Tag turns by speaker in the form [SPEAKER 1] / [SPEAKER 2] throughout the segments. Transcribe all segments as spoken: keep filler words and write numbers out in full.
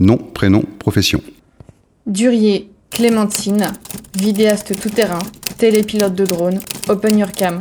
[SPEAKER 1] nom, prénom, profession.
[SPEAKER 2] Durier, Clémentine, vidéaste tout-terrain, télépilote de drone, Open Your Cam.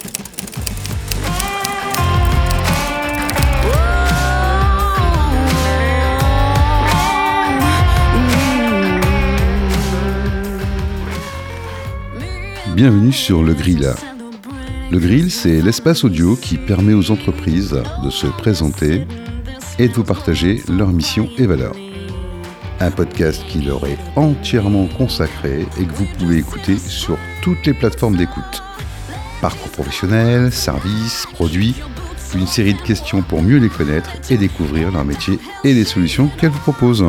[SPEAKER 1] Bienvenue sur Le Grill. Le Grill, c'est l'espace audio qui permet aux entreprises de se présenter et de vous partager leurs missions et valeurs. Un podcast qui leur est entièrement consacré et que vous pouvez écouter sur toutes les plateformes d'écoute. Parcours professionnel, services, produits, une série de questions pour mieux les connaître et découvrir leur métier et les solutions qu'elles vous proposent.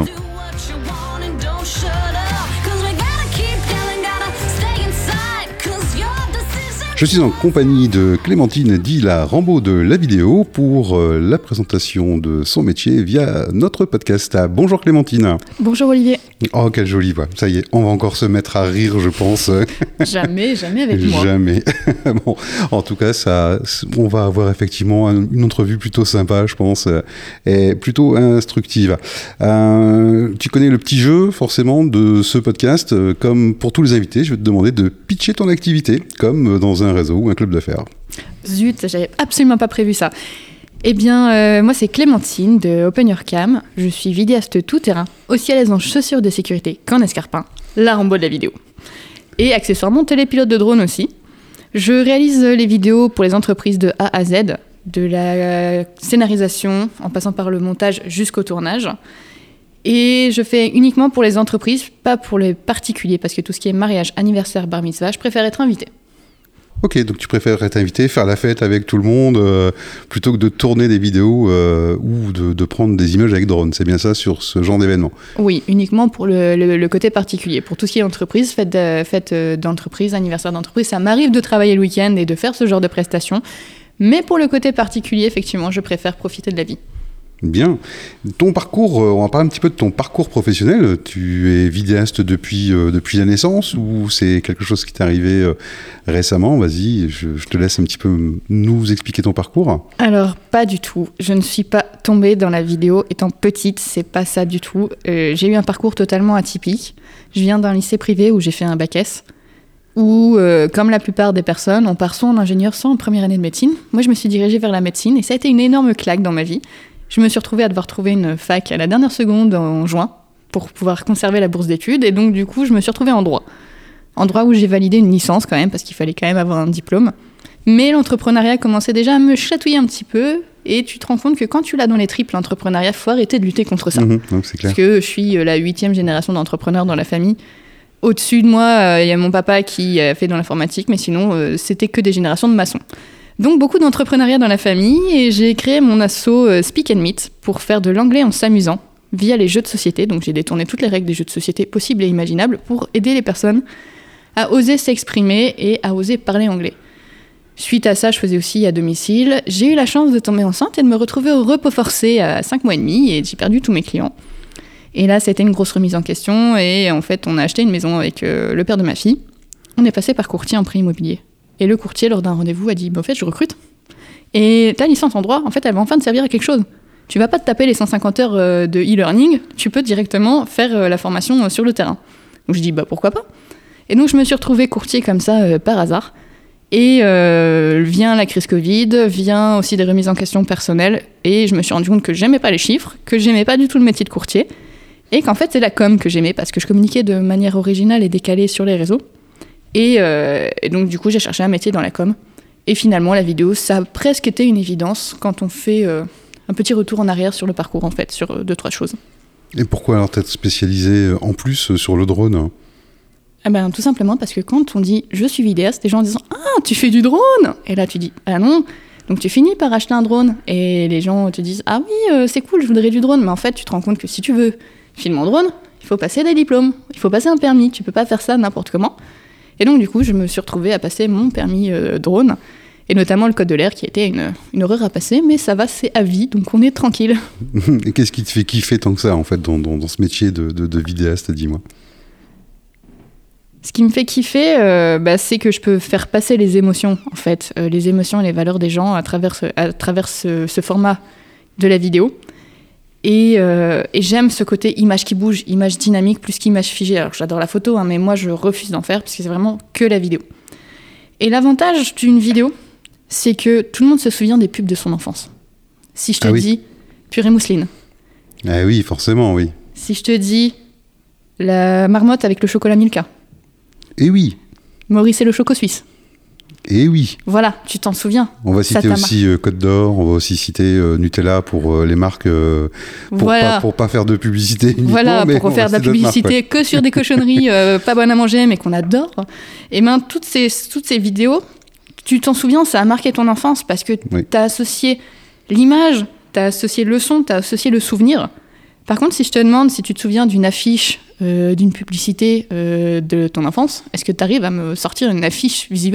[SPEAKER 1] Je suis en compagnie de Clémentine, dit la Rambo de la vidéo, pour euh, la présentation de son métier via notre podcast. Bonjour Clémentine.
[SPEAKER 2] Bonjour Olivier.
[SPEAKER 1] Oh, quelle jolie voix. Ça y est, on va encore se mettre à rire, je pense.
[SPEAKER 2] Jamais, jamais avec moi.
[SPEAKER 1] Jamais. Bon, en tout cas, ça, on va avoir effectivement une entrevue plutôt sympa, je pense, et plutôt instructive. Euh, tu connais le petit jeu, forcément, de ce podcast. Comme pour tous les invités, je vais te demander de pitcher ton activité, comme dans un un réseau ou un club d'affaires.
[SPEAKER 2] Zut, j'avais absolument pas prévu ça. Eh bien, euh, moi c'est Clémentine de Open Your Cam. Je suis vidéaste tout-terrain, aussi à l'aise en chaussures de sécurité qu'en escarpin, la Rambo de la vidéo. Et accessoirement télépilote de drone aussi. Je réalise les vidéos pour les entreprises de A à Z, de la scénarisation en passant par le montage jusqu'au tournage. Et je fais uniquement pour les entreprises, pas pour les particuliers, parce que tout ce qui est mariage, anniversaire, bar mitzvah, je préfère être invitée.
[SPEAKER 1] Ok, donc tu préfères être invité, faire la fête avec tout le monde, euh, plutôt que de tourner des vidéos euh, ou de, de prendre des images avec drone. C'est bien ça sur ce genre d'événement? Oui,
[SPEAKER 2] uniquement pour le, le, le côté particulier. Pour tout ce qui est entreprise, fête, de, fête d'entreprise, anniversaire d'entreprise, ça m'arrive de travailler le week-end et de faire ce genre de prestations. Mais pour le côté particulier, effectivement, je préfère profiter de la vie.
[SPEAKER 1] Bien. Ton parcours, on va parler un petit peu de ton parcours professionnel. Tu es vidéaste depuis, euh, depuis la naissance ou c'est quelque chose qui t'est arrivé euh, récemment? Vas-y, je, je te laisse un petit peu nous expliquer ton parcours.
[SPEAKER 2] Alors, pas du tout. Je ne suis pas tombée dans la vidéo étant petite, c'est pas ça du tout. Euh, j'ai eu un parcours totalement atypique. Je viens d'un lycée privé où j'ai fait un bac S, où, euh, comme la plupart des personnes, on part soit en ingénieur, soit en première année de médecine. Moi, je me suis dirigée vers la médecine et ça a été une énorme claque dans ma vie. Je me suis retrouvée à devoir trouver une fac à la dernière seconde en juin pour pouvoir conserver la bourse d'études. Et donc, du coup, je me suis retrouvée en droit. En droit où j'ai validé une licence quand même, parce qu'il fallait quand même avoir un diplôme. Mais l'entrepreneuriat commençait déjà à me chatouiller un petit peu. Et tu te rends compte que quand tu l'as dans les tripes, l'entrepreneuriat, il faut arrêter de lutter contre ça.
[SPEAKER 1] Mmh, donc c'est clair.
[SPEAKER 2] Parce que je suis la huitième génération d'entrepreneurs dans la famille. Au-dessus de moi, il euh, y a mon papa qui a fait dans l'informatique, mais sinon, euh, c'était que des générations de maçons. Donc beaucoup d'entrepreneuriat dans la famille et j'ai créé mon asso euh, Speak and Meet pour faire de l'anglais en s'amusant via les jeux de société. Donc j'ai détourné toutes les règles des jeux de société possibles et imaginables pour aider les personnes à oser s'exprimer et à oser parler anglais. Suite à ça, je faisais aussi à domicile. J'ai eu la chance de tomber enceinte et de me retrouver au repos forcé à cinq mois et demi et j'ai perdu tous mes clients. Et là, c'était une grosse remise en question et en fait, on a acheté une maison avec euh, le père de ma fille. On est passé par courtier en prêt immobilier. Et le courtier, lors d'un rendez-vous, a dit bah, « En fait, je recrute. Et ta licence en droit, en fait, elle va enfin te servir à quelque chose. Tu vas pas te taper les cent cinquante heures euh, de e-learning, tu peux directement faire euh, la formation euh, sur le terrain. » Donc je dis bah, « Pourquoi pas ?» Et donc, je me suis retrouvée courtier comme ça, euh, par hasard. Et euh, vient la crise Covid, vient aussi des remises en question personnelles. Et je me suis rendu compte que j'aimais pas les chiffres, que j'aimais pas du tout le métier de courtier. Et qu'en fait, c'est la com que j'aimais parce que je communiquais de manière originale et décalée sur les réseaux. Et, euh, et donc, du coup, j'ai cherché un métier dans la com. Et finalement, la vidéo, ça a presque été une évidence quand on fait euh, un petit retour en arrière sur le parcours, en fait, sur euh, deux, trois choses.
[SPEAKER 1] Et pourquoi alors t'être spécialisé en plus sur le drone?
[SPEAKER 2] Eh ben, tout simplement parce que quand on dit « je suis vidéaste », les gens disent « ah, tu fais du drone !» Et là, tu dis « ah non !» Donc, tu finis par acheter un drone. Et les gens te disent « ah oui, euh, c'est cool, je voudrais du drone !» Mais en fait, tu te rends compte que si tu veux filmer en drone, il faut passer des diplômes, il faut passer un permis, tu peux pas faire ça n'importe comment. Et donc, du coup, je me suis retrouvée à passer mon permis euh, drone, et notamment le code de l'air qui était une, une horreur à passer, mais ça va, c'est à vie, donc on est tranquille.
[SPEAKER 1] Et qu'est-ce qui te fait kiffer tant que ça, en fait, dans, dans, dans ce métier de, de, de vidéaste, dis-moi?
[SPEAKER 2] Ce qui me fait kiffer, euh, bah, c'est que je peux faire passer les émotions, en fait, euh, les émotions et les valeurs des gens à travers ce, à travers ce, ce format de la vidéo. Et, euh, et j'aime ce côté image qui bouge, image dynamique plus qu'image figée. Alors j'adore la photo, hein, mais moi je refuse d'en faire parce que c'est vraiment que la vidéo. Et l'avantage d'une vidéo, c'est que tout le monde se souvient des pubs de son enfance. Si je te
[SPEAKER 1] ah oui.
[SPEAKER 2] dis purée mousseline.
[SPEAKER 1] Ah oui, forcément, oui.
[SPEAKER 2] Si je te dis la marmotte avec le chocolat Milka.
[SPEAKER 1] Eh oui.
[SPEAKER 2] Maurice et le choco suisse.
[SPEAKER 1] Eh oui.
[SPEAKER 2] Voilà, tu t'en souviens.
[SPEAKER 1] On va citer aussi euh, Côte d'Or, on va aussi citer euh, Nutella pour euh, les marques, euh, pour,
[SPEAKER 2] voilà.
[SPEAKER 1] pas, pour pas faire de publicité uniquement.
[SPEAKER 2] Voilà,
[SPEAKER 1] mais
[SPEAKER 2] pour faire de la publicité marques, ouais. que sur des cochonneries euh, pas bonnes à manger, mais qu'on adore. Et bien, toutes ces, toutes ces vidéos, tu t'en souviens, ça a marqué ton enfance parce que oui. tu as associé l'image, tu as associé le son, tu as associé le souvenir. Par contre, si je te demande si tu te souviens d'une affiche, euh, d'une publicité euh, de ton enfance, est-ce que tu arrives à me sortir une affiche visuelle ?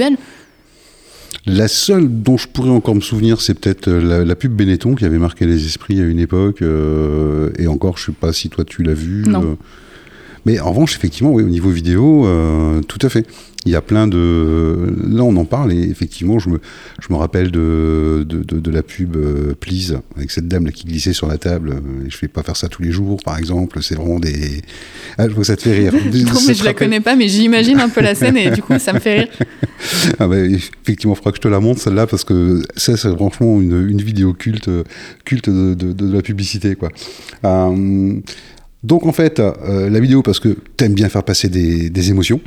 [SPEAKER 1] La seule dont je pourrais encore me souvenir, c'est peut-être la, la pub Benetton qui avait marqué les esprits à une époque. Euh, et encore, je ne sais pas si toi tu l'as vu.
[SPEAKER 2] Non.
[SPEAKER 1] Euh, mais en revanche, effectivement, oui, au niveau vidéo, euh, tout à fait. Il y a plein de... Là, on en parle et effectivement, je me, je me rappelle de, de, de, de la pub euh, Please, avec cette dame là, qui glissait sur la table. Je ne vais pas faire ça tous les jours, par exemple. C'est vraiment des... Ah, je vois que ça te fait rire.
[SPEAKER 2] non, mais je ne rappelle... la connais pas, mais j'imagine un peu la scène et du coup, ça me fait rire.
[SPEAKER 1] Ah bah, effectivement, il faudra que je te la montre, celle-là, parce que ça, c'est franchement une, une vidéo culte, culte de, de, de la publicité, quoi. Euh, donc, en fait, euh, la vidéo, parce que tu aimes bien faire passer des, des émotions.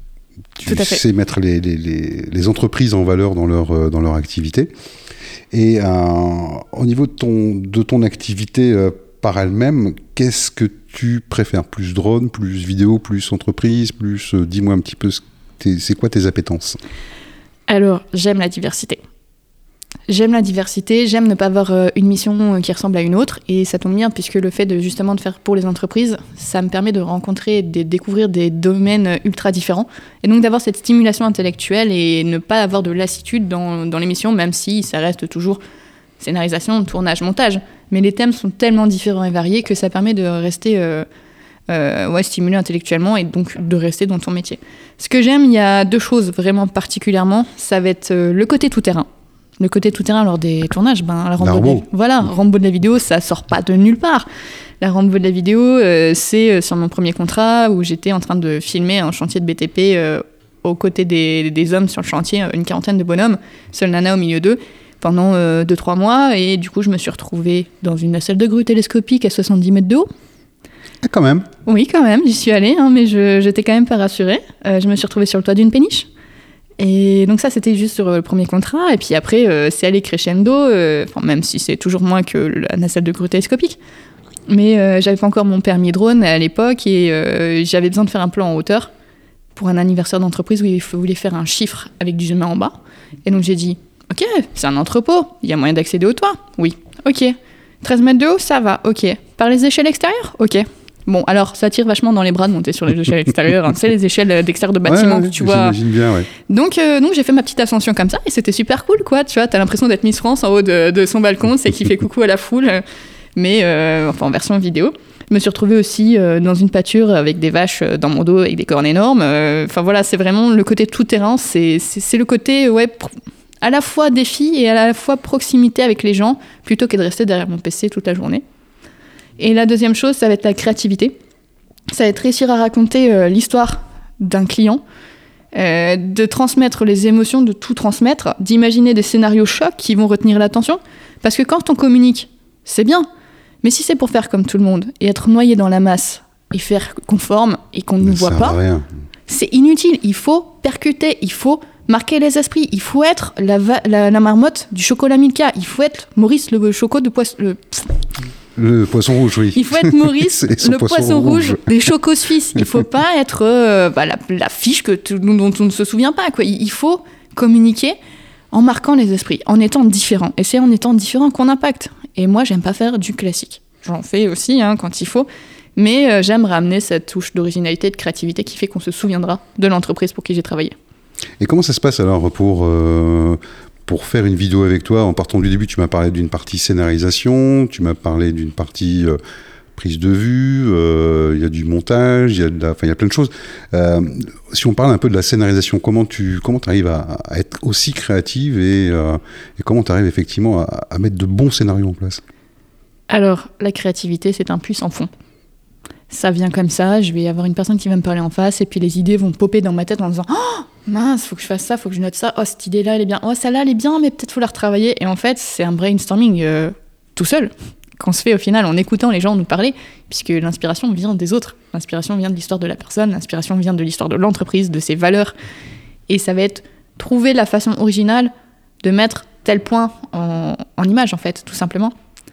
[SPEAKER 1] Tu sais mettre les, les, les, les entreprises en valeur dans leur, dans leur activité. Et euh, au niveau de ton, de ton activité euh, par elle-même, qu'est-ce que tu préfères ? Plus drone, plus vidéo, plus entreprise, plus... Euh, dis-moi un petit peu, t'es, c'est quoi tes appétences ?
[SPEAKER 2] Alors, j'aime la diversité. J'aime la diversité, j'aime ne pas avoir euh, une mission qui ressemble à une autre, et ça tombe bien puisque le fait de justement de faire pour les entreprises, ça me permet de rencontrer, de découvrir des domaines ultra différents, et donc d'avoir cette stimulation intellectuelle et ne pas avoir de lassitude dans, dans l'émission, même si ça reste toujours scénarisation, tournage, montage. Mais les thèmes sont tellement différents et variés que ça permet de rester euh, euh, ouais, stimulé intellectuellement et donc de rester dans ton métier. Ce que j'aime, il y a deux choses vraiment particulièrement, ça va être euh, le côté tout-terrain. Le côté tout-terrain lors des tournages, ben, la Rambo, de la, voilà, Rambo de la vidéo, ça sort pas de nulle part. La Rambo de la vidéo, euh, c'est euh, sur mon premier contrat où j'étais en train de filmer un chantier de B T P euh, aux côtés des, des hommes sur le chantier, une quarantaine de bonhommes, seule nana au milieu d'eux, pendant euh, deux trois mois. Et du coup, je me suis retrouvée dans une nacelle de grue télescopique à soixante-dix mètres de haut.
[SPEAKER 1] Ah, quand même.
[SPEAKER 2] Oui, quand même, j'y suis allée, hein, mais je j'étais quand même pas rassurée. Euh, je me suis retrouvée sur le toit d'une péniche. Et donc ça, c'était juste sur le premier contrat. Et puis après, euh, c'est allé crescendo, euh, même si c'est toujours moins que la nacelle de grue télescopique. Mais euh, j'avais pas encore mon permis drone à l'époque et euh, j'avais besoin de faire un plan en hauteur pour un anniversaire d'entreprise où il voulait faire un chiffre avec du zoom en bas. Et donc j'ai dit, ok, c'est un entrepôt, il y a moyen d'accéder au toit ? Oui. Ok. treize mètres de haut, ça va, ok. Par les échelles extérieures ? Ok. Bon, alors, ça tire vachement dans les bras de monter sur les échelles extérieures. Hein, tu sais, les échelles d'extérieur de bâtiments
[SPEAKER 1] ouais,
[SPEAKER 2] que tu vois.
[SPEAKER 1] J'imagine bien, ouais.
[SPEAKER 2] Donc, euh, donc, j'ai fait ma petite ascension comme ça et c'était super cool, quoi. Tu vois, t'as l'impression d'être Miss France en haut de, de son balcon, c'est qui fait coucou à la foule, mais euh, enfin en version vidéo. Je me suis retrouvée aussi euh, dans une pâture avec des vaches dans mon dos avec des cornes énormes. Enfin euh, voilà, c'est vraiment le côté tout-terrain. C'est, c'est, c'est le côté, ouais, pr- à la fois défi et à la fois proximité avec les gens plutôt que de rester derrière mon P C toute la journée. Et la deuxième chose, ça va être la créativité. Ça va être réussir à raconter euh, l'histoire d'un client, euh, de transmettre les émotions, de tout transmettre, d'imaginer des scénarios chocs qui vont retenir l'attention. Parce que quand on communique, c'est bien. Mais si c'est pour faire comme tout le monde et être noyé dans la masse et faire conforme et qu'on ne nous voit pas, c'est inutile. Il faut percuter, il faut marquer les esprits. Il faut être la, va- la, la marmotte du chocolat Milka. Il faut être Maurice le choco de poisson... Le...
[SPEAKER 1] Le poisson rouge, oui.
[SPEAKER 2] Il faut être Maurice, le poisson, poisson rouge, rouge des chocos suisses. Il ne faut pas être euh, bah, la, la fiche que tout, dont on ne se souvient pas, quoi. Il faut communiquer en marquant les esprits, en étant différent. Et c'est en étant différent qu'on impacte. Et moi, j'aime pas faire du classique. J'en fais aussi hein, quand il faut. Mais euh, j'aime ramener cette touche d'originalité, de créativité qui fait qu'on se souviendra de l'entreprise pour qui j'ai travaillé.
[SPEAKER 1] Et comment ça se passe alors pour... Euh... Pour faire une vidéo avec toi, en partant du début, tu m'as parlé d'une partie scénarisation, tu m'as parlé d'une partie euh, prise de vue, il euh, y a du montage, il y a de la, enfin il y a plein de choses. Euh, si on parle un peu de la scénarisation, comment tu comment arrives à, à être aussi créative et, euh, et comment tu arrives effectivement à, à mettre de bons scénarios en place ?
[SPEAKER 2] Alors, la créativité, c'est un puits sans fond. Ça vient comme ça, je vais avoir une personne qui va me parler en face, et puis les idées vont popper dans ma tête en disant « Oh, mince, faut que je fasse ça, faut que je note ça. Oh, cette idée-là, elle est bien. Oh, celle-là, elle est bien, mais peut-être faut la retravailler. » Et en fait, c'est un brainstorming euh, tout seul, qu'on se fait au final en écoutant les gens nous parler, puisque l'inspiration vient des autres. L'inspiration vient de l'histoire de la personne, l'inspiration vient de l'histoire de l'entreprise, de ses valeurs. Et ça va être trouver la façon originale de mettre tel point en, en image, en fait, tout simplement.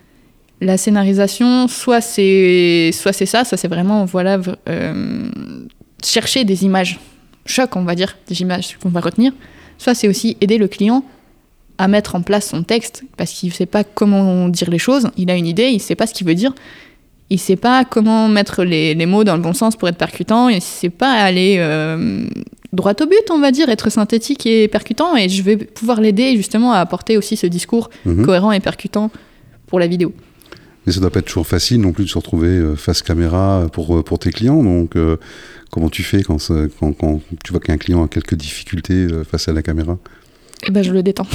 [SPEAKER 2] La scénarisation, soit c'est, soit c'est ça, soit c'est vraiment voilà, euh, chercher des images choc, on va dire, des images qu'on va retenir. Soit c'est aussi aider le client à mettre en place son texte, parce qu'il ne sait pas comment dire les choses, il a une idée, il ne sait pas ce qu'il veut dire, il ne sait pas comment mettre les, les mots dans le bon sens pour être percutant, il ne sait pas aller euh, droit au but, on va dire, être synthétique et percutant, et je vais pouvoir l'aider justement à apporter aussi ce discours mmh. cohérent et percutant pour la vidéo.
[SPEAKER 1] Mais ça ne doit pas être toujours facile non plus de se retrouver face caméra pour, pour tes clients. Donc, euh, comment tu fais quand, quand, quand tu vois qu'un client a quelques difficultés face à la caméra ?
[SPEAKER 2] Eh ben, je le détends.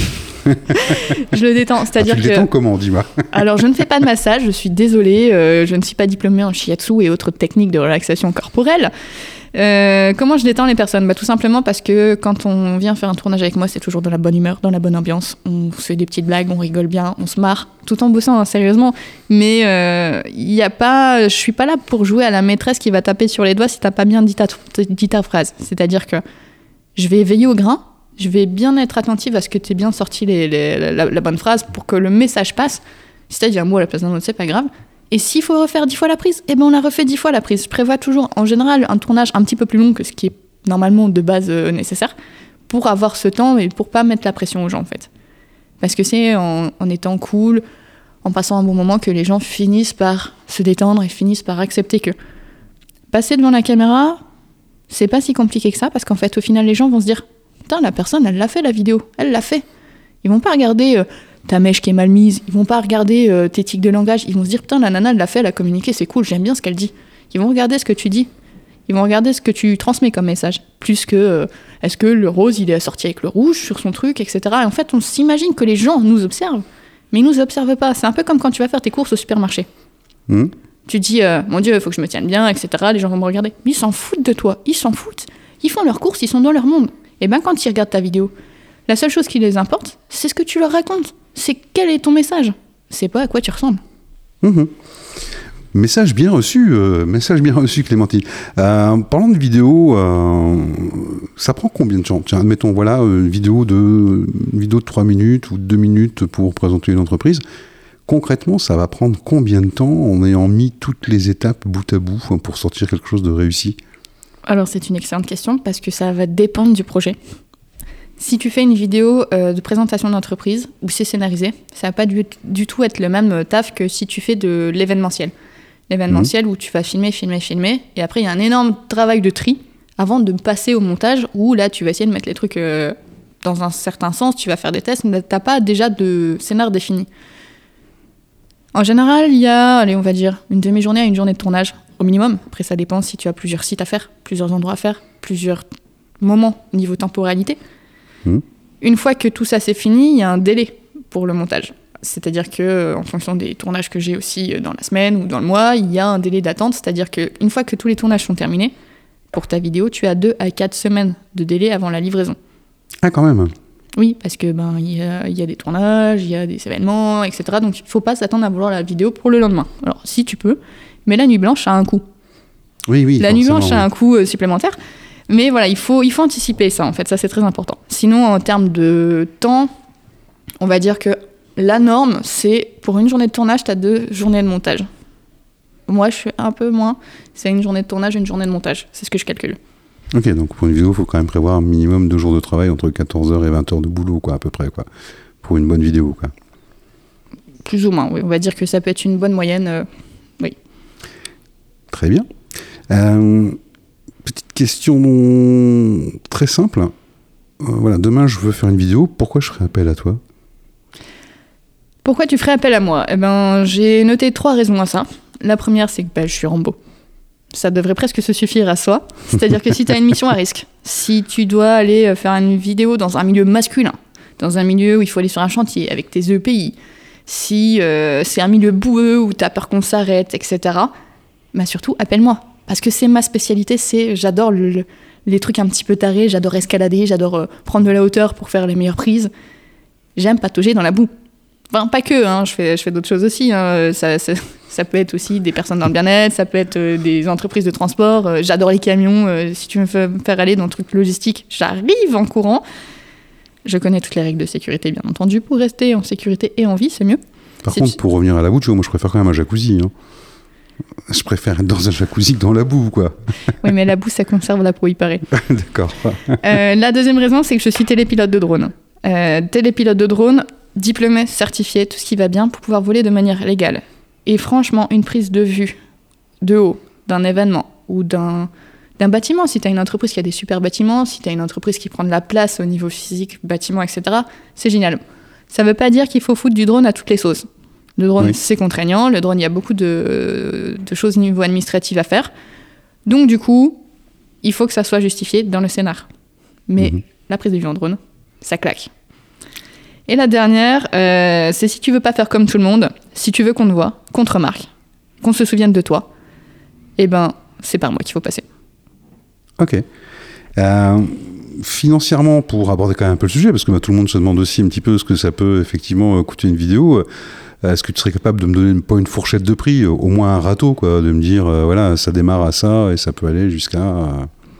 [SPEAKER 2] je le détends. C'est-à-dire
[SPEAKER 1] ah, tu le
[SPEAKER 2] que...
[SPEAKER 1] détends comment, dis-moi ?
[SPEAKER 2] Alors, je ne fais pas de massage, je suis désolée. Euh, je ne suis pas diplômée en shiatsu et autres techniques de relaxation corporelle. Euh, comment je détends les personnes ? Bah, tout simplement parce que quand on vient faire un tournage avec moi, c'est toujours dans la bonne humeur, dans la bonne ambiance. On fait des petites blagues, on rigole bien, on se marre, tout en bossant, hein, sérieusement. Mais euh, y a pas, je suis pas là pour jouer à la maîtresse qui va taper sur les doigts si t'as pas bien dit ta, dit ta phrase. C'est-à-dire que je vais veiller au grain, je vais bien être attentive à ce que tu aies bien sorti les, les, la, la bonne phrase pour que le message passe. Si t'as dit un mot à la place d'un autre, c'est pas grave. Et s'il faut refaire dix fois la prise, eh ben on la refait dix fois la prise. Je prévois toujours, en général, un tournage un petit peu plus long que ce qui est normalement de base euh, nécessaire pour avoir ce temps et pour pas mettre la pression aux gens, en fait. Parce que c'est en, en étant cool, en passant un bon moment, que les gens finissent par se détendre et finissent par accepter que passer devant la caméra, c'est pas si compliqué que ça, parce qu'en fait, au final, les gens vont se dire « Putain, la personne, elle l'a fait, la vidéo. Elle l'a fait. » Ils vont pas regarder... Euh, ta mèche qui est mal mise, ils vont pas regarder euh, tes tics de langage, ils vont se dire putain la nana elle l'a fait, elle a communiqué, c'est cool, j'aime bien ce qu'elle dit. Ils vont regarder ce que tu dis, ils vont regarder ce que tu transmets comme message, plus que euh, est-ce que le rose il est assorti avec le rouge sur son truc, et cetera. Et en fait on s'imagine que les gens nous observent, mais ils nous observent pas. C'est un peu comme quand tu vas faire tes courses au supermarché. Mmh. Tu dis euh, mon Dieu, il faut que je me tienne bien, et cetera. Les gens vont me regarder, mais ils s'en foutent de toi, ils s'en foutent. Ils font leurs courses, ils sont dans leur monde. Et ben quand ils regardent ta vidéo, la seule chose qui les importe, c'est ce que tu leur racontes. C'est quel est ton message ? C'est pas à quoi tu ressembles.
[SPEAKER 1] Mmh. Message bien reçu, euh, message bien reçu, Clémentine. Euh, parlant de vidéo, euh, ça prend combien de temps ? Tiens, admettons, voilà, une vidéo de, une vidéo de trois minutes ou deux minutes pour présenter une entreprise. Concrètement, ça va prendre combien de temps en ayant mis toutes les étapes bout à bout pour sortir quelque chose de réussi ?
[SPEAKER 2] Alors, c'est une excellente question parce que ça va dépendre du projet. Si tu fais une vidéo euh, de présentation d'entreprise où c'est scénarisé, ça va pas du, du tout être le même taf que si tu fais de l'événementiel. L'événementiel mmh. où tu vas filmer, filmer, filmer, et après il y a un énorme travail de tri avant de passer au montage où là tu vas essayer de mettre les trucs euh, dans un certain sens, tu vas faire des tests, mais t'as pas déjà de scénar défini. En général, il y a, allez, on va dire, une demi-journée à une journée de tournage au minimum. Après ça dépend si tu as plusieurs sites à faire, plusieurs endroits à faire, plusieurs moments au niveau temporalité. Mmh. Une fois que tout ça c'est fini, il y a un délai pour le montage. C'est-à-dire qu'en fonction des tournages que j'ai aussi dans la semaine ou dans le mois, il y a un délai d'attente. C'est-à-dire qu'une fois que tous les tournages sont terminés, pour ta vidéo, tu as deux à quatre semaines de délai avant la livraison.
[SPEAKER 1] Ah, quand même.
[SPEAKER 2] Oui, parce que ben il y a, y a des tournages, il y a des événements, et cetera. Donc il ne faut pas s'attendre à vouloir la vidéo pour le lendemain. Alors si tu peux, mais la nuit blanche a un coût.
[SPEAKER 1] Oui, oui.
[SPEAKER 2] La nuit blanche a un coût euh, supplémentaire. Mais voilà, il faut, il faut anticiper ça, en fait. Ça, c'est très important. Sinon, en termes de temps, on va dire que la norme, c'est pour une journée de tournage, tu as deux journées de montage. Moi, je suis un peu moins. C'est une journée de tournage, une journée de montage. C'est ce que je calcule.
[SPEAKER 1] Ok, donc pour une vidéo, il faut quand même prévoir un minimum deux jours de travail, entre quatorze heures et vingt heures de boulot, quoi, à peu près, quoi, pour une bonne vidéo, quoi.
[SPEAKER 2] Plus ou moins, oui. On va dire que ça peut être une bonne moyenne, euh, oui.
[SPEAKER 1] Très bien. Euh... Petite question très simple. Euh, voilà, demain, je veux faire une vidéo. Pourquoi je ferai appel à toi ?
[SPEAKER 2] Pourquoi tu ferais appel à moi ? Eh ben, j'ai noté trois raisons à ça. La première, c'est que bah, je suis Rambo. Ça devrait presque se suffire à soi. C'est-à-dire que si tu as une mission à risque, si tu dois aller faire une vidéo dans un milieu masculin, dans un milieu où il faut aller sur un chantier avec tes E P I, si euh, c'est un milieu boueux où t'as peur qu'on s'arrête, et cetera, bah surtout, appelle-moi. Parce que c'est ma spécialité, c'est, j'adore le, le, les trucs un petit peu tarés, j'adore escalader, j'adore euh, prendre de la hauteur pour faire les meilleures prises. J'aime patauger dans la boue. Enfin, pas que, hein, je fais, je fais d'autres choses aussi. Hein. Ça, ça, ça peut être aussi des personnes dans le bien-être, ça peut être euh, des entreprises de transport. Euh, j'adore les camions. Euh, si tu veux me faire aller dans le truc logistique, j'arrive en courant. Je connais toutes les règles de sécurité, bien entendu, pour rester en sécurité et en vie, c'est mieux.
[SPEAKER 1] Par
[SPEAKER 2] si
[SPEAKER 1] contre,
[SPEAKER 2] tu...
[SPEAKER 1] pour revenir à la boue, tu vois, moi, je préfère quand même un jacuzzi. Hein. Je préfère être dans un jacuzzi que dans la boue, quoi.
[SPEAKER 2] Oui, mais la boue, ça conserve la peau, il paraît.
[SPEAKER 1] D'accord.
[SPEAKER 2] euh, la deuxième raison, c'est que je suis télépilote de drone. Euh, télépilote de drone, diplômé, certifié, tout ce qui va bien pour pouvoir voler de manière légale. Et franchement, une prise de vue de haut d'un événement ou d'un, d'un bâtiment, si tu as une entreprise qui a des super bâtiments, si tu as une entreprise qui prend de la place au niveau physique, bâtiment, et cetera, c'est génial. Ça ne veut pas dire qu'il faut foutre du drone à toutes les sauces. Le drone, oui. c'est contraignant. Le drone, il y a beaucoup de, de choses au niveau administratif à faire. Donc, du coup, il faut que ça soit justifié dans le scénar. Mais mmh. la prise de vue en drone, ça claque. Et la dernière, euh, c'est si tu veux pas faire comme tout le monde, si tu veux qu'on te voit, qu'on te remarque, qu'on se souvienne de toi, eh ben, c'est par moi qu'il faut passer.
[SPEAKER 1] Ok. Euh, financièrement, pour aborder quand même un peu le sujet, parce que bah, tout le monde se demande aussi un petit peu ce que ça peut effectivement coûter une vidéo, euh, est-ce que tu serais capable de me donner pas une fourchette de prix, au moins un râteau, quoi, de me dire, euh, voilà, ça démarre à ça et ça peut aller jusqu'à... Euh...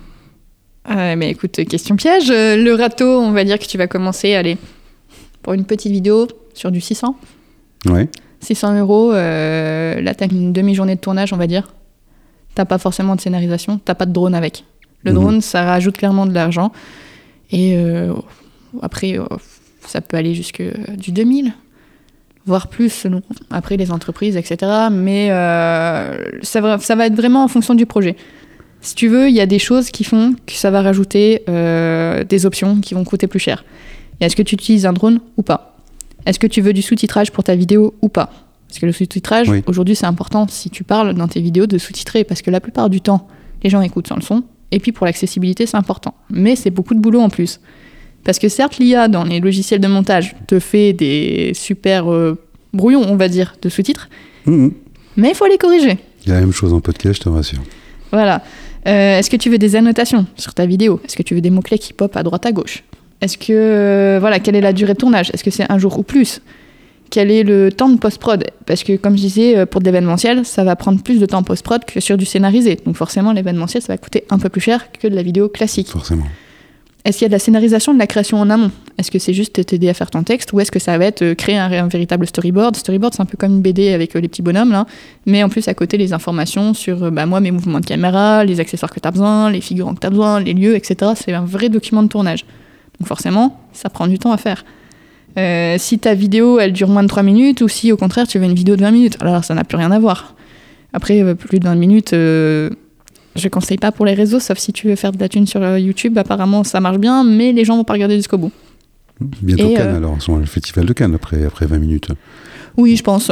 [SPEAKER 2] Euh, mais écoute, question piège, le râteau, on va dire que tu vas commencer, allez... Pour une petite vidéo sur du six cents.
[SPEAKER 1] Ouais.
[SPEAKER 2] six cents euros, euh, là, t'as une demi-journée de tournage, on va dire. T'as pas forcément de scénarisation, t'as pas de drone avec. Le mmh. drone, ça rajoute clairement de l'argent. Et euh, après, euh, ça peut aller jusque du deux mille, voire plus, selon après les entreprises, et cetera. Mais euh, ça, va, ça va être vraiment en fonction du projet. Si tu veux, il y a des choses qui font que ça va rajouter euh, des options qui vont coûter plus cher. Et est-ce que tu utilises un drone ou pas ? Est-ce que tu veux du sous-titrage pour ta vidéo ou pas ? Parce que le sous-titrage, oui. aujourd'hui, c'est important si tu parles dans tes vidéos de sous-titrer, parce que la plupart du temps, les gens écoutent sans le son. Et puis pour l'accessibilité, c'est important. Mais c'est beaucoup de boulot en plus. Parce que certes, l'I A, dans les logiciels de montage, te fait des super euh, brouillons, on va dire, de sous-titres. Mmh. Mais il faut les corriger.
[SPEAKER 1] Il y a la même chose en podcast, je te rassure.
[SPEAKER 2] Voilà. Euh, est-ce que tu veux des annotations sur ta vidéo ? Est-ce que tu veux des mots-clés qui popent à droite à gauche ? Est-ce que, euh, voilà, quelle est la durée de tournage ? Est-ce que c'est un jour ou plus ? Quel est le temps de post-prod ? Parce que, comme je disais, pour de l'événementiel, ça va prendre plus de temps post-prod que sur du scénarisé. Donc forcément, l'événementiel, ça va coûter un peu plus cher que de la vidéo classique.
[SPEAKER 1] Forcément.
[SPEAKER 2] Est-ce qu'il y a de la scénarisation, de la création en amont ? Est-ce que c'est juste t'aider à faire ton texte ? Ou est-ce que ça va être créer un, un véritable storyboard ? Storyboard, c'est un peu comme une B D avec euh, les petits bonhommes, là. Mais en plus, à côté, les informations sur, bah, moi, mes mouvements de caméra, les accessoires que tu as besoin, les figurants que tu as besoin, les lieux, et cetera. C'est un vrai document de tournage. Donc forcément, ça prend du temps à faire. Euh, si ta vidéo, elle dure moins de trois minutes, ou si au contraire, tu veux une vidéo de vingt minutes, alors ça n'a plus rien à voir. Après, euh, plus de vingt minutes, euh, je ne conseille pas pour les réseaux, sauf si tu veux faire de la thune sur euh, YouTube. Apparemment, ça marche bien, mais les gens ne vont pas regarder jusqu'au bout.
[SPEAKER 1] Bientôt
[SPEAKER 2] Et,
[SPEAKER 1] Cannes,
[SPEAKER 2] euh,
[SPEAKER 1] alors, le festival de Cannes, après, après vingt minutes.
[SPEAKER 2] Oui, je pense.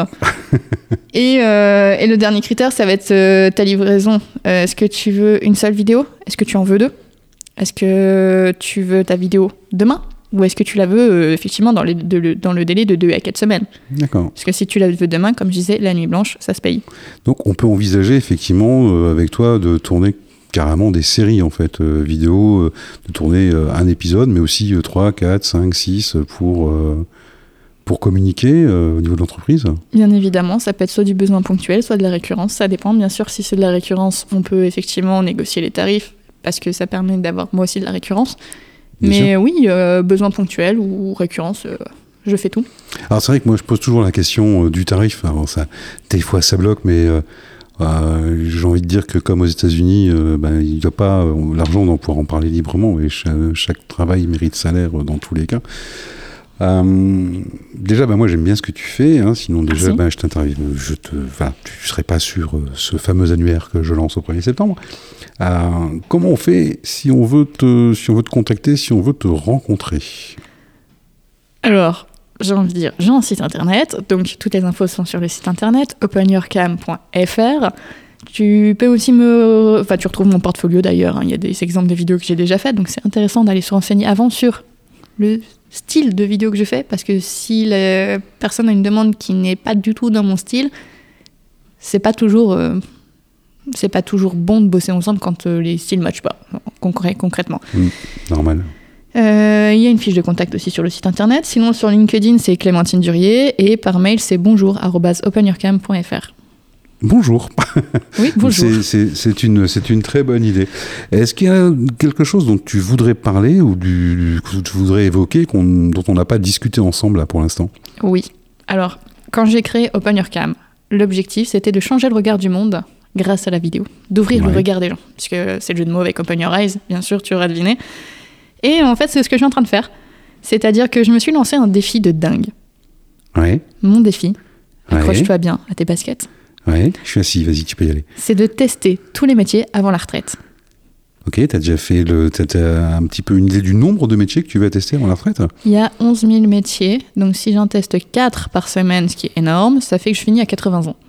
[SPEAKER 2] et, euh, et le dernier critère, ça va être euh, ta livraison. Euh, est-ce que tu veux une seule vidéo ? Est-ce que tu en veux deux ? Est-ce que tu veux ta vidéo demain ? Ou est-ce que tu la veux euh, effectivement dans, les, de, dans le délai de deux à quatre semaines ?
[SPEAKER 1] D'accord.
[SPEAKER 2] Parce que si tu la veux demain, comme je disais, la nuit blanche, ça se paye.
[SPEAKER 1] Donc on peut envisager effectivement euh, avec toi de tourner carrément des séries en fait, euh, vidéo, euh, de tourner euh, un épisode, mais aussi euh, trois, quatre, cinq, six pour, euh, pour communiquer euh, au niveau de l'entreprise.
[SPEAKER 2] Bien évidemment, ça peut être soit du besoin ponctuel, soit de la récurrence. Ça dépend, bien sûr, si c'est de la récurrence, on peut effectivement négocier les tarifs, parce que ça permet d'avoir moi aussi de la récurrence. Bien Mais sûr. oui, euh, besoin ponctuel ou récurrence, euh, je fais tout.
[SPEAKER 1] Alors c'est vrai que moi je pose toujours la question euh, du tarif. Alors ça, des fois ça bloque, mais euh, euh, j'ai envie de dire que comme aux États-Unis, euh, ben, il y a pas euh, l'argent, on doit pouvoir en parler librement. Et chaque, chaque travail mérite salaire euh, dans tous les cas. Euh, déjà, ben moi j'aime bien ce que tu fais. Hein, sinon déjà, ben, je t'interviewe. Je te, enfin, tu serais pas sur euh, ce fameux annuaire que je lance au premier septembre. Euh, comment on fait si on veut te, si on veut te contacter, si on veut te rencontrer ?
[SPEAKER 2] Alors, j'ai envie de dire, j'ai un site internet, donc toutes les infos sont sur le site internet open your cam point f r. Tu peux aussi me, enfin, tu retrouves mon portfolio d'ailleurs. Il hein, y a des exemples de vidéos que j'ai déjà faites, donc c'est intéressant d'aller se renseigner avant sur le style de vidéo que je fais, parce que si la personne a une demande qui n'est pas du tout dans mon style, c'est pas toujours, euh, c'est pas toujours bon de bosser ensemble quand euh, les styles ne matchent pas, concr- concrètement.
[SPEAKER 1] Mmh, normal.
[SPEAKER 2] Il euh, y a une fiche de contact aussi sur le site internet. Sinon, sur LinkedIn, c'est Clémentine Durier. Et par mail, c'est bonjour arobase open your cam point f r.
[SPEAKER 1] Bonjour.
[SPEAKER 2] Oui, bonjour.
[SPEAKER 1] C'est, c'est, c'est, une, c'est une très bonne idée. Est-ce qu'il y a quelque chose dont tu voudrais parler ou du, que tu voudrais évoquer qu'on, dont on n'a pas discuté ensemble là, pour l'instant ?
[SPEAKER 2] Oui. Alors, quand j'ai créé Open Your Cam, l'objectif, c'était de changer le regard du monde grâce à la vidéo, d'ouvrir ouais. le regard des gens. Puisque c'est le jeu de mots avec Open Your Eyes, bien sûr, tu auras deviné. Et en fait, c'est ce que je suis en train de faire. C'est-à-dire que je me suis lancé un défi de dingue.
[SPEAKER 1] Ouais.
[SPEAKER 2] Mon défi, accroche-toi
[SPEAKER 1] ouais.
[SPEAKER 2] bien à tes baskets.
[SPEAKER 1] Ouais, je suis assis, vas-y, tu peux y aller.
[SPEAKER 2] C'est de tester tous les métiers avant la retraite.
[SPEAKER 1] Ok, t'as déjà fait le, t'as, t'as un petit peu une idée du nombre de métiers que tu vas tester avant la retraite ?
[SPEAKER 2] Il y a onze mille métiers, donc si j'en teste quatre par semaine, ce qui est énorme, ça fait que je finis à quatre-vingts ans.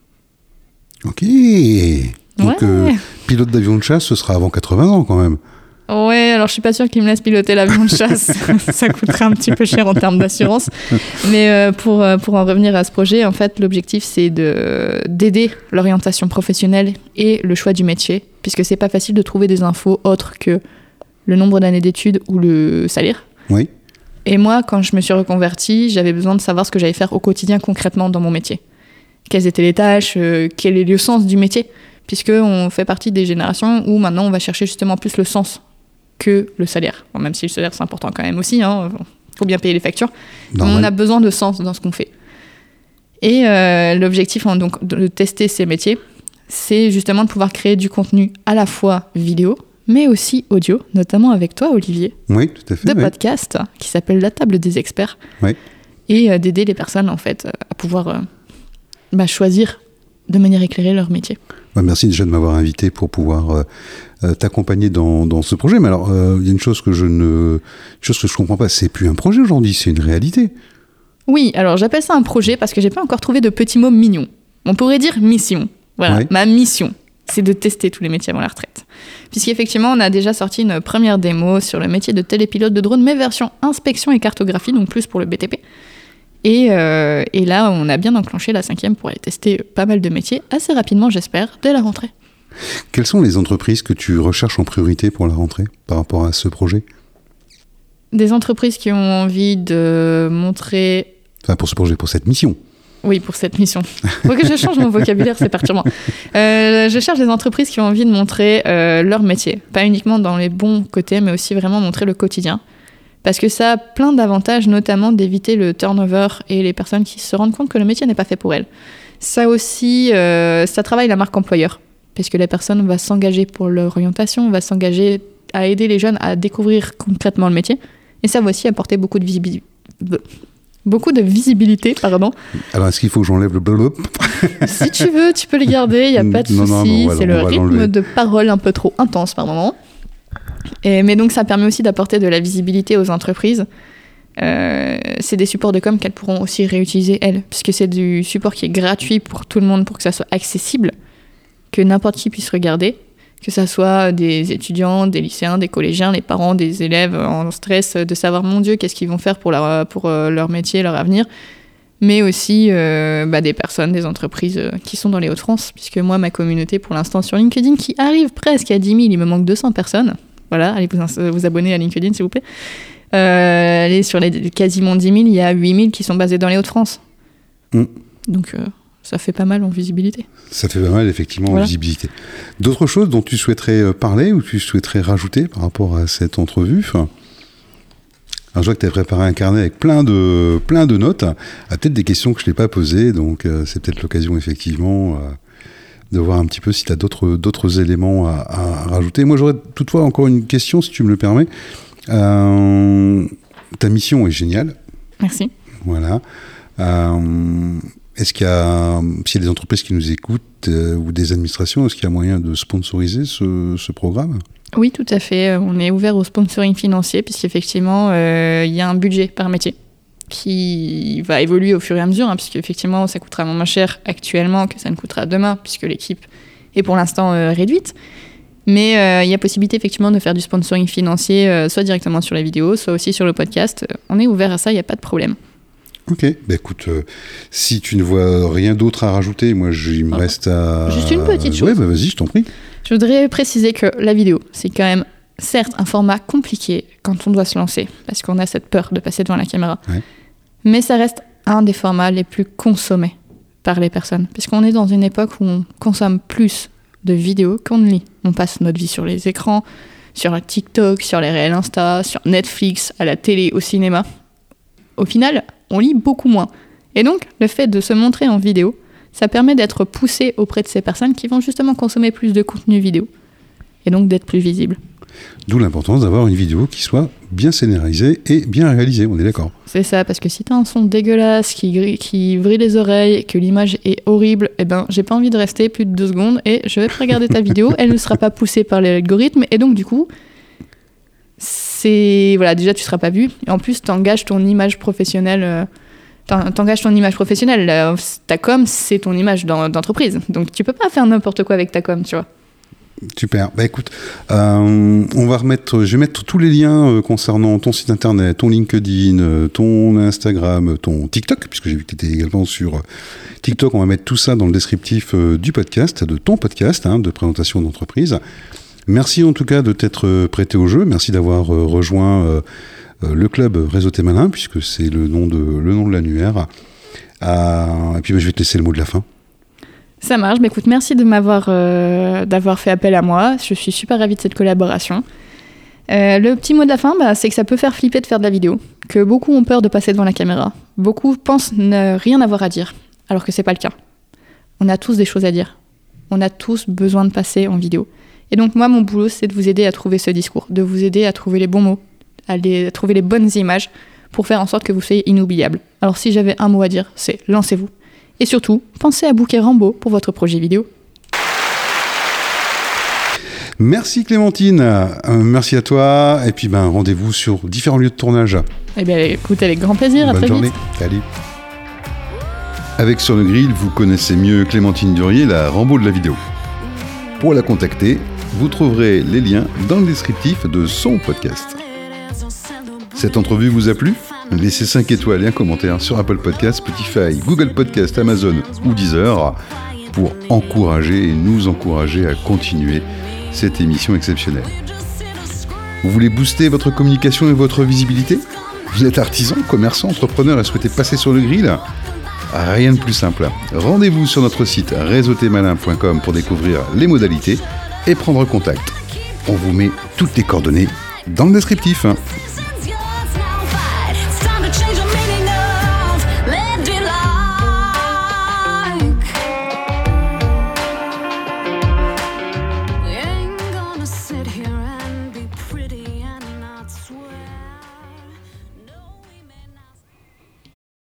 [SPEAKER 1] Ok. Donc,
[SPEAKER 2] ouais.
[SPEAKER 1] euh, pilote d'avion de chasse, ce sera avant quatre-vingts ans quand même.
[SPEAKER 2] Ouais, alors je suis pas sûre qu'il me laisse piloter l'avion de chasse. Ça coûterait un petit peu cher en termes d'assurance. Mais euh, pour, pour en revenir à ce projet, en fait, l'objectif, c'est de, d'aider l'orientation professionnelle et le choix du métier, puisque c'est pas facile de trouver des infos autres que le nombre d'années d'études ou le salaire.
[SPEAKER 1] Oui.
[SPEAKER 2] Et moi, quand je me suis reconvertie, j'avais besoin de savoir ce que j'allais faire au quotidien concrètement dans mon métier. Quelles étaient les tâches, euh, quel est le sens du métier, puisqu'on fait partie des générations où maintenant on va chercher justement plus le sens que le salaire. Bon, même si le salaire c'est important quand même aussi, hein, faut bien payer les factures. On a besoin de sens dans ce qu'on fait. Et euh, l'objectif hein, donc, de tester ces métiers, c'est justement de pouvoir créer du contenu à la fois vidéo, mais aussi audio, notamment avec toi Olivier.
[SPEAKER 1] Oui, tout à fait.
[SPEAKER 2] De
[SPEAKER 1] oui.
[SPEAKER 2] podcast qui s'appelle La Table des Experts.
[SPEAKER 1] Oui.
[SPEAKER 2] Et euh, d'aider les personnes en fait à pouvoir euh, bah, choisir de manière éclairée leur métier.
[SPEAKER 1] Bah, merci déjà de m'avoir invité pour pouvoir euh, euh, t'accompagner dans, dans ce projet. Mais alors, il euh, y a une chose que je ne, une chose que je comprends pas, c'est plus un projet aujourd'hui, c'est une réalité.
[SPEAKER 2] Oui, alors j'appelle ça un projet parce que j'ai pas encore trouvé de petits mots mignons. On pourrait dire mission. Voilà, ouais. Ma mission, c'est de tester tous les métiers avant la retraite. Puisqu'effectivement, on a déjà sorti une première démo sur le métier de télépilote de drone, mais version inspection et cartographie, donc plus pour le B T P. Et, euh, et là, on a bien enclenché la cinquième pour aller tester pas mal de métiers, assez rapidement, j'espère, dès la rentrée.
[SPEAKER 1] Quelles sont les entreprises que tu recherches en priorité pour la rentrée par rapport à ce projet ?
[SPEAKER 2] Des entreprises qui ont envie de montrer...
[SPEAKER 1] Enfin, pour ce projet, pour cette mission.
[SPEAKER 2] Oui, pour cette mission. Il faut que je change mon vocabulaire, c'est perturbant. Euh, je cherche des entreprises qui ont envie de montrer euh, leur métier. Pas uniquement dans les bons côtés, mais aussi vraiment montrer le quotidien. Parce que ça a plein d'avantages, notamment d'éviter le turnover et les personnes qui se rendent compte que le métier n'est pas fait pour elles. Ça aussi, euh, ça travaille la marque employeur. Parce que la personne va s'engager pour l'orientation, va s'engager à aider les jeunes à découvrir concrètement le métier. Et ça va aussi apporter beaucoup de visibilité. Beaucoup de visibilité, pardon.
[SPEAKER 1] Alors, est-ce qu'il faut que j'enlève le blablabla ?
[SPEAKER 2] Si tu veux, tu peux les garder, il n'y a pas de
[SPEAKER 1] non,
[SPEAKER 2] souci.
[SPEAKER 1] Non, non,
[SPEAKER 2] c'est le rythme l'enlever. De parole un peu trop intense par moment. Et, mais donc, ça permet aussi d'apporter de la visibilité aux entreprises. Euh, c'est des supports de com qu'elles pourront aussi réutiliser, elles, puisque c'est du support qui est gratuit pour tout le monde, pour que ça soit accessible, que n'importe qui puisse regarder, que ça soit des étudiants, des lycéens, des collégiens, les parents, des élèves en stress de savoir, mon Dieu, qu'est-ce qu'ils vont faire pour leur, pour leur métier, leur avenir, mais aussi euh, bah, des personnes, des entreprises euh, qui sont dans les Hauts-de-France, puisque moi, ma communauté, pour l'instant, sur LinkedIn, qui arrive presque à dix mille, il me manque deux cents personnes. Voilà, allez vous, vous abonner à LinkedIn, s'il vous plaît. Euh, allez sur les quasiment dix mille, il y a huit mille qui sont basés dans les Hauts-de-France. Mm. Donc, euh, ça fait pas mal en visibilité.
[SPEAKER 1] Ça fait pas mal, effectivement, voilà. En visibilité. D'autres choses dont tu souhaiterais parler ou tu souhaiterais rajouter par rapport à cette entrevue ? Enfin, alors, je vois que tu as préparé un carnet avec plein de, plein de notes, à peut-être des questions que je ne t'ai pas posées, donc euh, c'est peut-être l'occasion, effectivement, euh, de voir un petit peu si tu as d'autres, d'autres éléments à, à rajouter. Moi, j'aurais toutefois encore une question, si tu me le permets. Euh, ta mission est géniale.
[SPEAKER 2] Merci.
[SPEAKER 1] Voilà. Euh, est-ce qu'il y a, s'il y a des entreprises qui nous écoutent euh, ou des administrations, est-ce qu'il y a moyen de sponsoriser ce, ce programme ?
[SPEAKER 2] Oui, tout à fait. On est ouvert au sponsoring financier puisqu'effectivement, euh, il y a un budget par métier qui va évoluer au fur et à mesure, hein, puisqu'effectivement, ça coûtera moins cher actuellement que ça ne coûtera demain, puisque l'équipe est pour l'instant euh, réduite. Mais euh, il y a possibilité effectivement de faire du sponsoring financier, euh, soit directement sur la vidéo, soit aussi sur le podcast. On est ouvert à ça, il n'y a pas de problème.
[SPEAKER 1] Ok, bah écoute, euh, si tu ne vois rien d'autre à rajouter, moi je, il me ah. reste à...
[SPEAKER 2] Juste une petite chose.
[SPEAKER 1] Ouais, bah vas-y, je t'en prie.
[SPEAKER 2] Je voudrais préciser que la vidéo, c'est quand même, certes, un format compliqué quand on doit se lancer, parce qu'on a cette peur de passer devant la caméra. Ouais. Mais ça reste un des formats les plus consommés par les personnes, puisqu'on est dans une époque où on consomme plus de vidéos qu'on ne lit. On passe notre vie sur les écrans, sur TikTok, sur les réels Insta, sur Netflix, à la télé, au cinéma. Au final, on lit beaucoup moins. Et donc, le fait de se montrer en vidéo, ça permet d'être poussé auprès de ces personnes qui vont justement consommer plus de contenu vidéo. Et donc d'être plus visible.
[SPEAKER 1] D'où l'importance d'avoir une vidéo qui soit bien scénarisée et bien réalisée, on est d'accord.
[SPEAKER 2] C'est ça, parce que si t'as un son dégueulasse qui, qui vrille les oreilles, que l'image est horrible, eh ben, j'ai pas envie de rester plus de deux secondes et je vais regarder ta vidéo, elle ne sera pas poussée par l'algorithme, et donc du coup, c'est... Voilà, déjà tu seras pas vu, et en plus t'engages ton image professionnelle... Euh, T'engages ton image professionnelle. Ta com, c'est ton image d'entreprise. Donc, tu peux pas faire n'importe quoi avec ta com, tu vois.
[SPEAKER 1] Super. Bah écoute, euh, on va remettre, je vais mettre tous les liens euh, concernant ton site internet, ton LinkedIn, euh, ton Instagram, ton TikTok, puisque j'ai vu que tu étais également sur TikTok. On va mettre tout ça dans le descriptif euh, du podcast, de ton podcast, hein, de présentation d'entreprise. Merci en tout cas de t'être prêté au jeu. Merci d'avoir euh, rejoint... Euh, Euh, le club Réseauté Malin, puisque c'est le nom de, le nom de l'annuaire. Euh, et puis bah, je vais te laisser le mot de la fin.
[SPEAKER 2] Ça marche. Bah, écoute, merci de m'avoir euh, d'avoir fait appel à moi. Je suis super ravie de cette collaboration. Euh, le petit mot de la fin, bah, c'est que ça peut faire flipper de faire de la vidéo, que beaucoup ont peur de passer devant la caméra. Beaucoup pensent ne rien avoir à dire, alors que c'est pas le cas. On a tous des choses à dire. On a tous besoin de passer en vidéo. Et donc moi, mon boulot, c'est de vous aider à trouver ce discours, de vous aider à trouver les bons mots, à, les, à trouver les bonnes images pour faire en sorte que vous soyez inoubliable. Alors si j'avais un mot à dire, c'est lancez-vous. Et surtout, pensez à booker Rambo pour votre projet vidéo.
[SPEAKER 1] Merci Clémentine, euh, merci à toi, et puis ben, rendez-vous sur différents lieux de tournage.
[SPEAKER 2] Eh bien écoute, avec grand plaisir, à
[SPEAKER 1] Bonne
[SPEAKER 2] très
[SPEAKER 1] journée.
[SPEAKER 2] vite.
[SPEAKER 1] Salut. Avec Sur le Grill, vous connaissez mieux Clémentine Durier, la Rambo de la vidéo. Pour la contacter, vous trouverez les liens dans le descriptif de son podcast. Cette entrevue vous a plu ? Laissez cinq étoiles et un commentaire sur Apple Podcasts, Spotify, Google Podcasts, Amazon ou Deezer pour encourager et nous encourager à continuer cette émission exceptionnelle. Vous voulez booster votre communication et votre visibilité ? Vous êtes artisan, commerçant, entrepreneur et souhaitez passer sur le grill ? Rien de plus simple. Rendez-vous sur notre site réseauté malin point com pour découvrir les modalités et prendre contact. On vous met toutes les coordonnées dans le descriptif.